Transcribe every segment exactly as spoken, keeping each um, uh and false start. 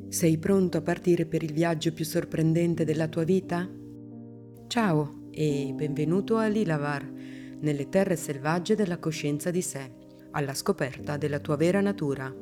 Sei pronto a partire per il viaggio più sorprendente della tua vita? Ciao e benvenuto a Lilavar, nelle terre selvagge della coscienza di sé, alla scoperta della tua vera natura.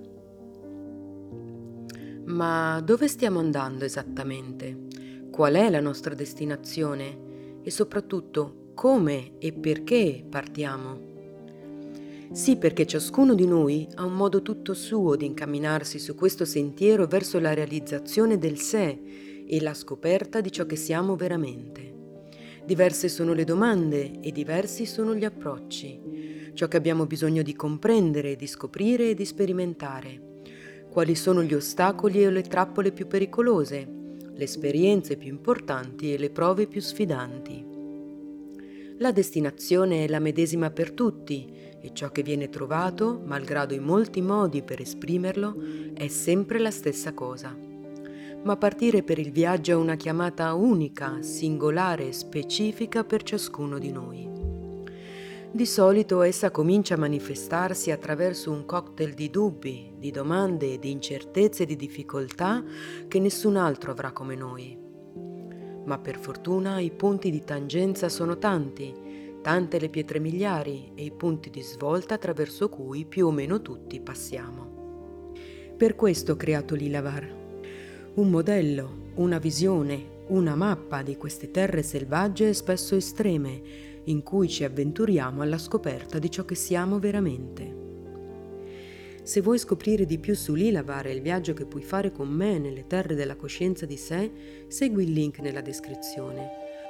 Ma dove stiamo andando esattamente? Qual è la nostra destinazione? E soprattutto come e perché partiamo? Sì, perché ciascuno di noi ha un modo tutto suo di incamminarsi su questo sentiero verso la realizzazione del sé e la scoperta di ciò che siamo veramente. Diverse sono le domande e diversi sono gli approcci, ciò che abbiamo bisogno di comprendere, di scoprire e di sperimentare. Quali sono gli ostacoli e le trappole più pericolose, le esperienze più importanti e le prove più sfidanti. La destinazione è la medesima per tutti e ciò che viene trovato, malgrado i molti modi per esprimerlo, è sempre la stessa cosa. Ma partire per il viaggio è una chiamata unica, singolare e specifica per ciascuno di noi. Di solito essa comincia a manifestarsi attraverso un cocktail di dubbi, di domande, di incertezze e di difficoltà che nessun altro avrà come noi. Ma per fortuna i punti di tangenza sono tanti, tante le pietre miliari e i punti di svolta attraverso cui più o meno tutti passiamo. Per questo ho creato Lilavar, un modello, una visione, una mappa di queste terre selvagge e spesso estreme, in cui ci avventuriamo alla scoperta di ciò che siamo veramente. Se vuoi scoprire di più su Lilavar e il viaggio che puoi fare con me nelle terre della coscienza di sé, segui il link nella descrizione.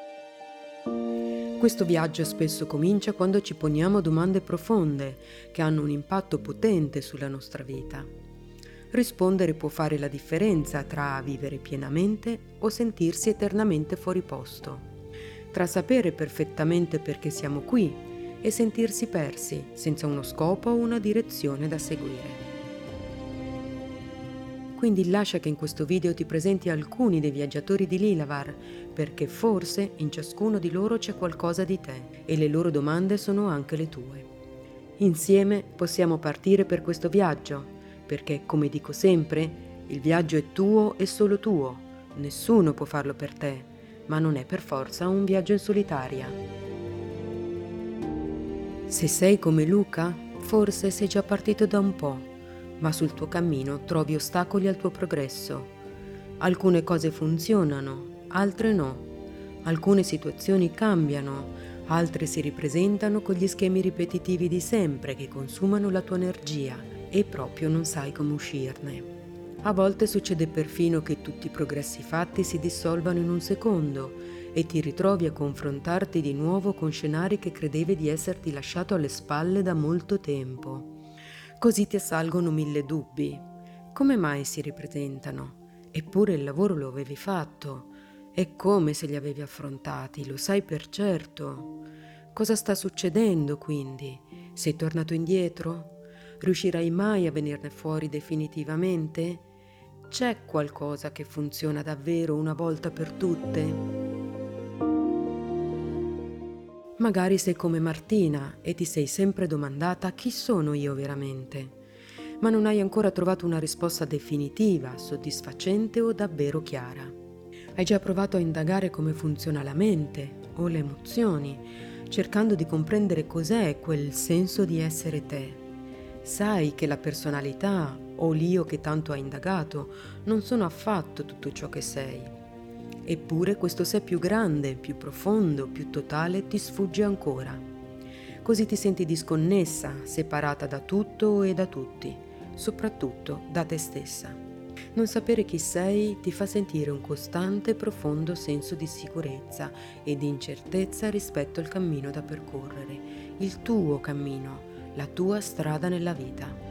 Questo viaggio spesso comincia quando ci poniamo domande profonde che hanno un impatto potente sulla nostra vita. Rispondere può fare la differenza tra vivere pienamente o sentirsi eternamente fuori posto, tra sapere perfettamente perché siamo qui e sentirsi persi, senza uno scopo o una direzione da seguire. Quindi lascia che in questo video ti presenti alcuni dei viaggiatori di Lilavar, perché forse in ciascuno di loro c'è qualcosa di te e le loro domande sono anche le tue. Insieme possiamo partire per questo viaggio, perché, come dico sempre, il viaggio è tuo e solo tuo, nessuno può farlo per te, ma non è per forza un viaggio in solitaria. Se sei come Luca, forse sei già partito da un po', ma sul tuo cammino trovi ostacoli al tuo progresso. Alcune cose funzionano, altre no. Alcune situazioni cambiano, altre si ripresentano con gli schemi ripetitivi di sempre che consumano la tua energia e proprio non sai come uscirne. A volte succede perfino che tutti i progressi fatti si dissolvano in un secondo e ti ritrovi a confrontarti di nuovo con scenari che credevi di esserti lasciato alle spalle da molto tempo. Così ti assalgono mille dubbi. Come mai si ripresentano? Eppure il lavoro lo avevi fatto. È come se li avevi affrontati, lo sai per certo. Cosa sta succedendo quindi? Sei tornato indietro? Riuscirai mai a venirne fuori definitivamente? C'è qualcosa che funziona davvero una volta per tutte? Magari sei come Martina e ti sei sempre domandata chi sono io veramente, ma non hai ancora trovato una risposta definitiva, soddisfacente o davvero chiara. Hai già provato a indagare come funziona la mente o le emozioni, cercando di comprendere cos'è quel senso di essere te. Sai che la personalità o l'io che tanto hai indagato non sono affatto tutto ciò che sei. Eppure questo sé più grande, più profondo, più totale ti sfugge ancora. Così ti senti disconnessa, separata da tutto e da tutti, soprattutto da te stessa. Non sapere chi sei ti fa sentire un costante e profondo senso di sicurezza e di incertezza rispetto al cammino da percorrere, il tuo cammino, la tua strada nella vita.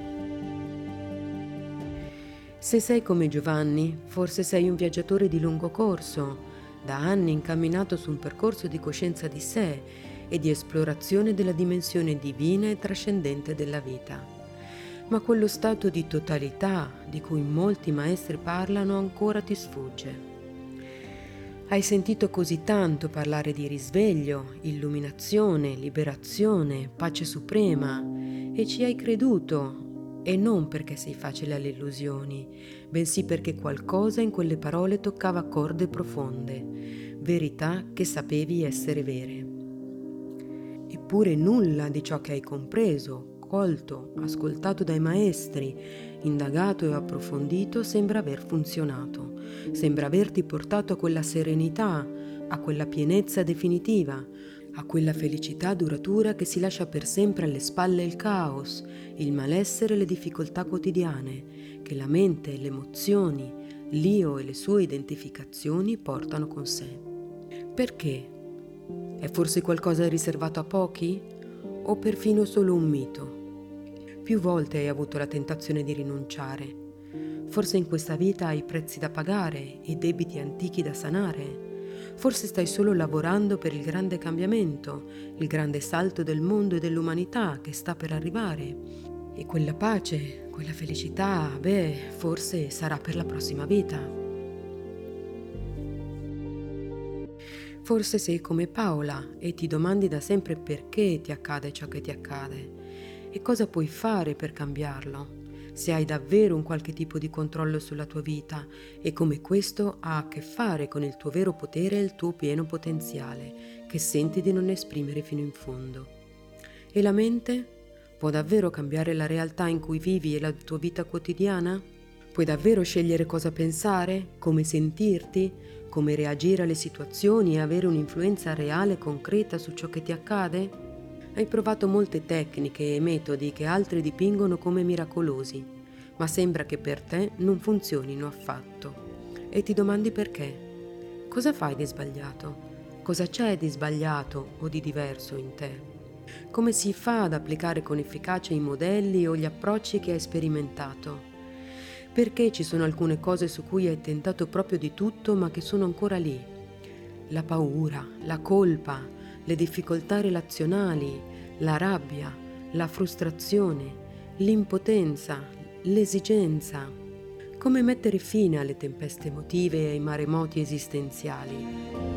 Se sei come Giovanni, forse sei un viaggiatore di lungo corso, da anni incamminato su un percorso di coscienza di sé e di esplorazione della dimensione divina e trascendente della vita. Ma quello stato di totalità di cui molti maestri parlano ancora ti sfugge. Hai sentito così tanto parlare di risveglio, illuminazione, liberazione, pace suprema e ci hai creduto. E non perché sei facile alle illusioni, bensì perché qualcosa in quelle parole toccava corde profonde, verità che sapevi essere vere. Eppure nulla di ciò che hai compreso, colto, ascoltato dai maestri, indagato e approfondito sembra aver funzionato, sembra averti portato a quella serenità, a quella pienezza definitiva, a quella felicità duratura che si lascia per sempre alle spalle il caos, il malessere e le difficoltà quotidiane che la mente, le emozioni, l'io e le sue identificazioni portano con sé. Perché? È forse qualcosa riservato a pochi? O perfino solo un mito? Più volte hai avuto la tentazione di rinunciare. Forse in questa vita hai prezzi da pagare e debiti antichi da sanare. Forse stai solo lavorando per il grande cambiamento, il grande salto del mondo e dell'umanità che sta per arrivare. E quella pace, quella felicità, beh, forse sarà per la prossima vita. Forse sei come Paola e ti domandi da sempre perché ti accade ciò che ti accade e cosa puoi fare per cambiarlo, se hai davvero un qualche tipo di controllo sulla tua vita e come questo ha a che fare con il tuo vero potere e il tuo pieno potenziale che senti di non esprimere fino in fondo. E la mente? Può davvero cambiare la realtà in cui vivi e la tua vita quotidiana? Puoi davvero scegliere cosa pensare, come sentirti, come reagire alle situazioni e avere un'influenza reale e concreta su ciò che ti accade? Hai provato molte tecniche e metodi che altri dipingono come miracolosi, ma sembra che per te non funzionino affatto. E ti domandi perché? Cosa fai di sbagliato? Cosa c'è di sbagliato o di diverso in te? Come si fa ad applicare con efficacia i modelli o gli approcci che hai sperimentato? Perché ci sono alcune cose su cui hai tentato proprio di tutto ma che sono ancora lì? La paura, la colpa, le difficoltà relazionali, la rabbia, la frustrazione, l'impotenza, l'esigenza. Come mettere fine alle tempeste emotive e ai maremoti esistenziali?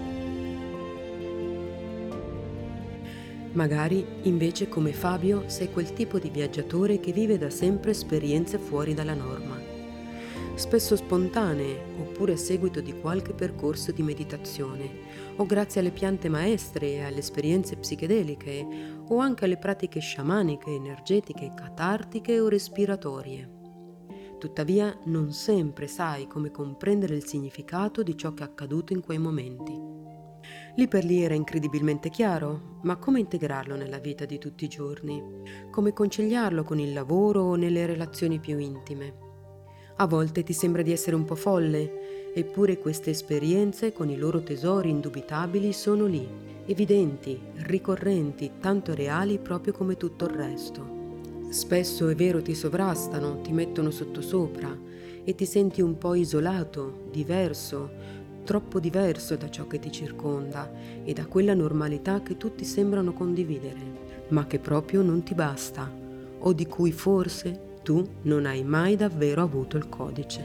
Magari, invece, come Fabio, sei quel tipo di viaggiatore che vive da sempre esperienze fuori dalla norma, spesso spontanee, oppure a seguito di qualche percorso di meditazione, o grazie alle piante maestre e alle esperienze psichedeliche, o anche alle pratiche sciamaniche, energetiche, catartiche o respiratorie. Tuttavia, non sempre sai come comprendere il significato di ciò che è accaduto in quei momenti. Lì per lì era incredibilmente chiaro, ma come integrarlo nella vita di tutti i giorni? Come conciliarlo con il lavoro o nelle relazioni più intime? A volte ti sembra di essere un po' folle, eppure queste esperienze con i loro tesori indubitabili sono lì, evidenti, ricorrenti, tanto reali proprio come tutto il resto. Spesso è vero ti sovrastano, ti mettono sottosopra e ti senti un po' isolato, diverso, troppo diverso da ciò che ti circonda e da quella normalità che tutti sembrano condividere, ma che proprio non ti basta, o di cui forse tu non hai mai davvero avuto il codice.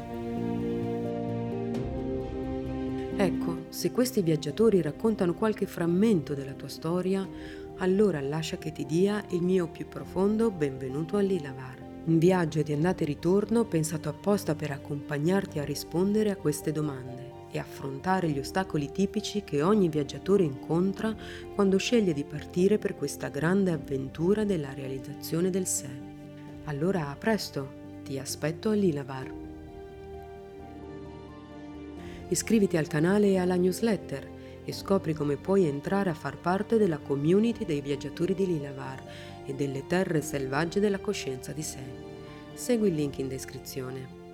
Ecco, se questi viaggiatori raccontano qualche frammento della tua storia, allora lascia che ti dia il mio più profondo benvenuto all'Ilavar. Un viaggio di andata e ritorno pensato apposta per accompagnarti a rispondere a queste domande e affrontare gli ostacoli tipici che ogni viaggiatore incontra quando sceglie di partire per questa grande avventura della realizzazione del sé. Allora a presto, ti aspetto all'Ilavar. Iscriviti al canale e alla newsletter e scopri come puoi entrare a far parte della community dei viaggiatori di Lilavar e delle terre selvagge della coscienza di sé. Segui il link in descrizione.